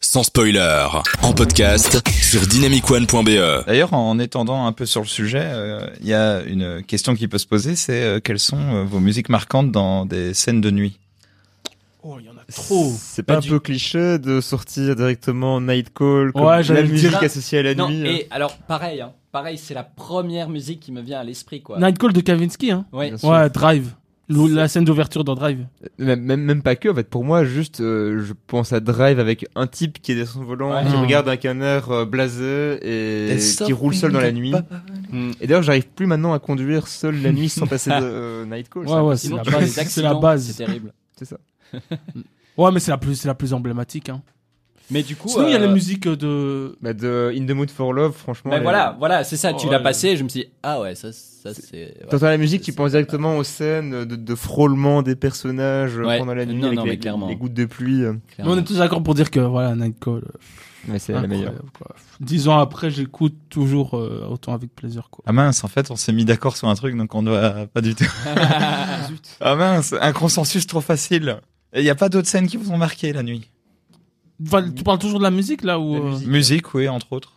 sans spoiler, en podcast sur dynamicone.be. D'ailleurs, en étendant un peu sur le sujet, il y a une question qui peut se poser, c'est quelles sont vos musiques marquantes dans des scènes de nuit? Oh, il y en a trop. C'est pas un peu cliché de sortir directement Night Call comme la musique associée à la nuit? Et alors, pareil, c'est la première musique qui me vient à l'esprit, quoi. Night Call de Kavinsky, hein. Ouais, Drive. La scène d'ouverture dans Drive. Même pas que, en fait. Pour moi, juste, je pense à Drive avec un type qui est derrière son volant, qui regarde avec un air blasé et qui roule seul dans la nuit. Et d'ailleurs, j'arrive plus maintenant à conduire seul la nuit sans passer de Night Call. Ouais, c'est la base. C'est la base. C'est terrible. C'est ça. Ouais, mais c'est la plus emblématique, hein. Mais du coup, sinon il y a la musique de In the Mood for Love, franchement. Mais voilà, c'est ça. Tu l'as passé, je me suis dit, ah ouais, ça c'est. T'entends la musique, tu penses directement aux scènes de frôlement des personnages pendant la nuit avec les gouttes de pluie. Mais on est tous d'accord pour dire que voilà, Night Call. Mais c'est la meilleure. Quoi. 10 ans après, j'écoute toujours autant avec plaisir, quoi. Ah mince, en fait, on s'est mis d'accord sur un truc, donc on doit pas du tout. Ah mince, un consensus trop facile. Il y a pas d'autres scènes qui vous ont marqué la nuit? Tu parles toujours de la musique là ou musique, oui, entre autres.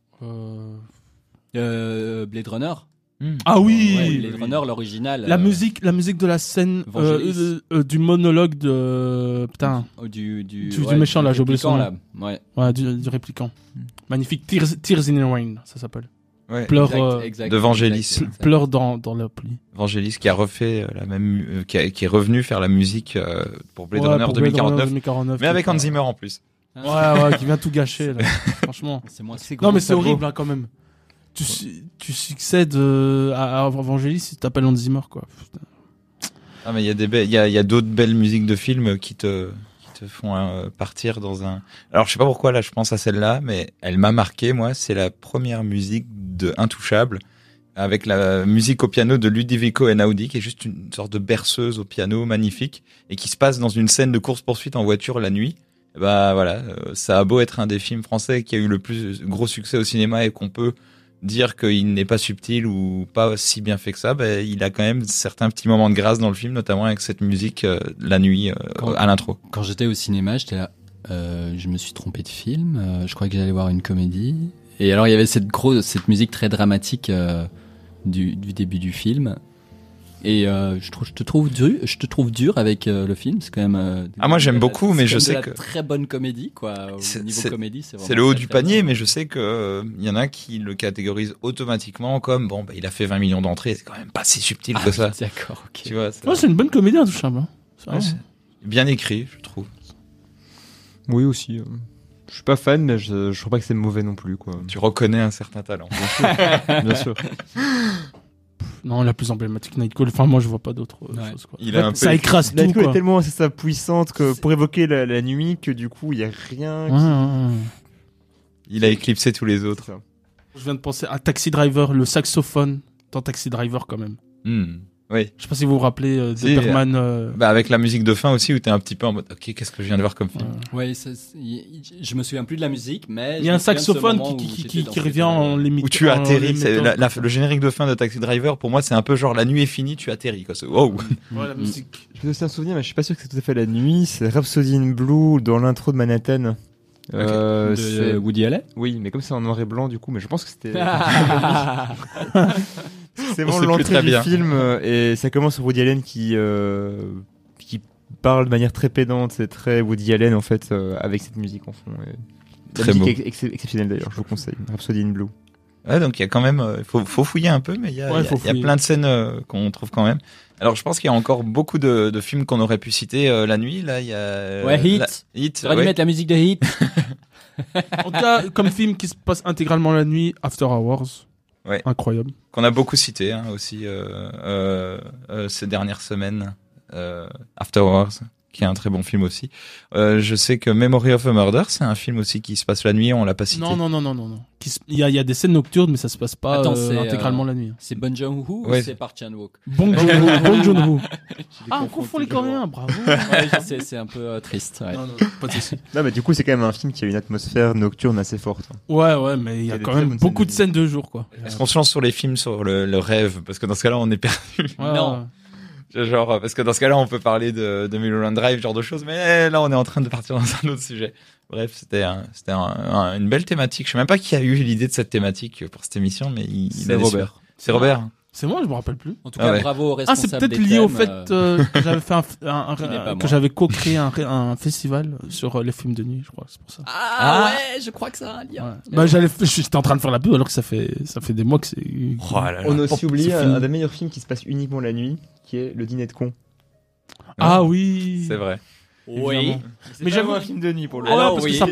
Blade Runner. Ah oui, ouais, Blade Runner, l'original. La musique de la scène du monologue de du méchant là, j'ai oublié son nom. Ouais, du répliquant. Magnifique. Tears in the Rain, ça s'appelle. Ouais, pleure exact, de Vangelis. Pleure dans la pluie. Vangelis qui a refait la même, qui est revenu faire la musique pour Blade Runner 2049, mais avec Hans Zimmer en plus. Ouais, qui vient tout gâcher là. Franchement. Non mais c'est horrible hein, quand même. Tu succèdes à Vangelis si tu t'appelles Hans Zimmer, quoi. Putain. Ah mais il y a d'autres belles musiques de films qui te font partir dans un. Alors je sais pas pourquoi là je pense à celle-là, mais elle m'a marqué moi. C'est la première musique de Intouchable avec la musique au piano de Ludovico Einaudi, qui est juste une sorte de berceuse au piano magnifique et qui se passe dans une scène de course-poursuite en voiture la nuit. Bah voilà, ça a beau être un des films français qui a eu le plus gros succès au cinéma et qu'on peut dire qu'il n'est pas subtil ou pas si bien fait que ça, bah, il a quand même certains petits moments de grâce dans le film, notamment avec cette musique la nuit à l'intro. Quand j'étais au cinéma, j'étais là, je me suis trompé de film, je croyais que j'allais voir une comédie. Et alors il y avait cette musique très dramatique du début du film. Et je te trouve dur avec le film, c'est quand même moi j'aime beaucoup, mais je sais que très bonne comédie, quoi. Au niveau comédie, c'est le haut du panier, mais je sais que il y en a qui le catégorisent automatiquement comme bon il a fait 20 millions d'entrées, c'est quand même pas si subtil que ça. D'accord, ok. Tu vois, c'est une bonne comédie Intouchable. Hein. C'est bien écrit, je trouve. Oui aussi. Je suis pas fan, mais je crois pas que c'est mauvais non plus, quoi. Tu reconnais un certain talent. Bien sûr. Non, la plus emblématique, Night Call. Enfin, moi, je vois pas d'autres choses, quoi. Ça écrase tout, Night Call quoi. est tellement puissante que pour évoquer la nuit que du coup, il y a rien Il a éclipsé tous les autres. Je viens de penser à Taxi Driver, le saxophone dans Taxi Driver, quand même. Oui. Je sais pas si vous vous rappelez de Berman. Avec la musique de fin aussi, où t'es un petit peu en mode, ok, qu'est-ce que je viens de voir comme film? Ouais, je me souviens plus de la musique, mais il y a un saxophone qui revient en limite. Où tu atterris. Le générique de fin de Taxi Driver, pour moi, c'est un peu genre la nuit est finie, tu atterris, quoi. Wow. Ouais, la musique. Je me souviens, mais je suis pas sûr que c'est tout à fait la nuit. C'est Rhapsody in Blue dans l'intro de Manhattan. De Woody Allen. Oui, mais comme c'est en noir et blanc, du coup, mais je pense que c'était. C'est vraiment l'entrée du film et ça commence sur Woody Allen qui parle de manière très pédante, c'est très Woody Allen en fait avec cette musique en fond. Très beau. Exceptionnelle d'ailleurs, je vous conseille. Rhapsody in Blue. Ouais, donc il y a quand même, faut fouiller un peu, mais il y a plein de scènes qu'on trouve quand même. Alors je pense qu'il y a encore beaucoup de films qu'on aurait pu citer la nuit. Là, il y a Hit. J'aurais dû mettre la musique de Hit. En tout cas, comme film qui se passe intégralement la nuit, After Hours. Ouais. Incroyable. Qu'on a beaucoup cité aussi ces dernières semaines. After Hours, qui est un très bon film aussi. Je sais que Memory of a Murder, c'est un film aussi qui se passe la nuit, on l'a pas cité. Non. Il y a des scènes nocturnes, mais ça se passe pas intégralement la nuit. C'est Bong Joon-ho ou c'est Park Chan-wook? Bong Joon-ho. On confond les Coréens, bravo. C'est un peu triste. Ouais. Non, pas de souci. Non, mais du coup, c'est quand même un film qui a une atmosphère nocturne assez forte. Ouais, mais il y a quand même beaucoup de scènes de jour, quoi. Est-ce qu'on se lance sur les films sur le rêve? Parce que dans ce cas-là, on est perdu. Non. Genre, parce que dans ce cas-là, on peut parler de Mulholland Drive, genre de choses, mais là, on est en train de partir dans un autre sujet. Bref, c'était une belle thématique. Je sais même pas qui a eu l'idée de cette thématique pour cette émission, mais c'est Robert. C'est Robert. C'est moi, je me rappelle plus. En tout cas, bravo aux responsables. C'est peut-être lié au fait que j'avais fait que j'avais co-créé un festival sur les films de nuit, je crois. C'est pour ça. Ouais, je crois que ça a un lien. Bah, j'étais en train de faire la pub alors que ça fait des mois que c'est. Oh là là. On a aussi oublié un des meilleurs films qui se passe uniquement la nuit, qui est Le Dîner de cons. Ah oui. C'est vrai. Oui. Mais j'avoue un film de nuit pour le parce que ça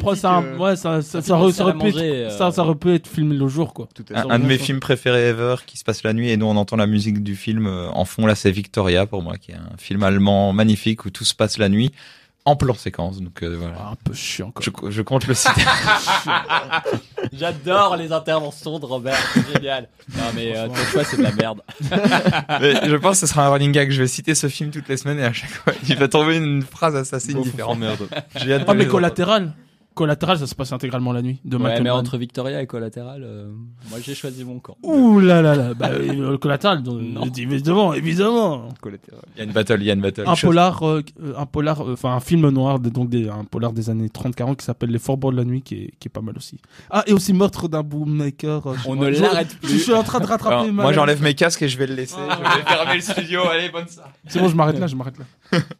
aurait pu être filmé le jour, quoi. Un de mes films préférés ever qui se passe la nuit et nous on entend la musique du film en fond. Là, c'est Victoria pour moi, qui est un film allemand magnifique où tout se passe la nuit en plan séquence. Donc voilà. Un peu chiant, quoi. Je compte le citer. J'adore les interventions de Robert, c'est génial. Non mais ton choix c'est de la merde. Mais je pense que ce sera un running gag. Je vais citer ce film toutes les semaines et à chaque fois il va tomber une phrase assassine différente. Merde. Mais Collatéral, ça se passe intégralement la nuit. Ouais, mais entre Victoria et Collatéral, moi j'ai choisi mon camp. Ouh là là là. Bah, Collatéral, évidemment. Collatéral. Il y a une battle. Un film noir, un polar des années 30-40 qui s'appelle Les Faubourgs de la nuit, qui est pas mal aussi. Ah, et aussi Meurtre d'un boommaker. On ne l'arrête plus. Je suis en train de rattraper. Alors, moi j'enlève mes casques et je vais le laisser. Je vais fermer le studio. Allez, bonne ça. C'est bon, je m'arrête là.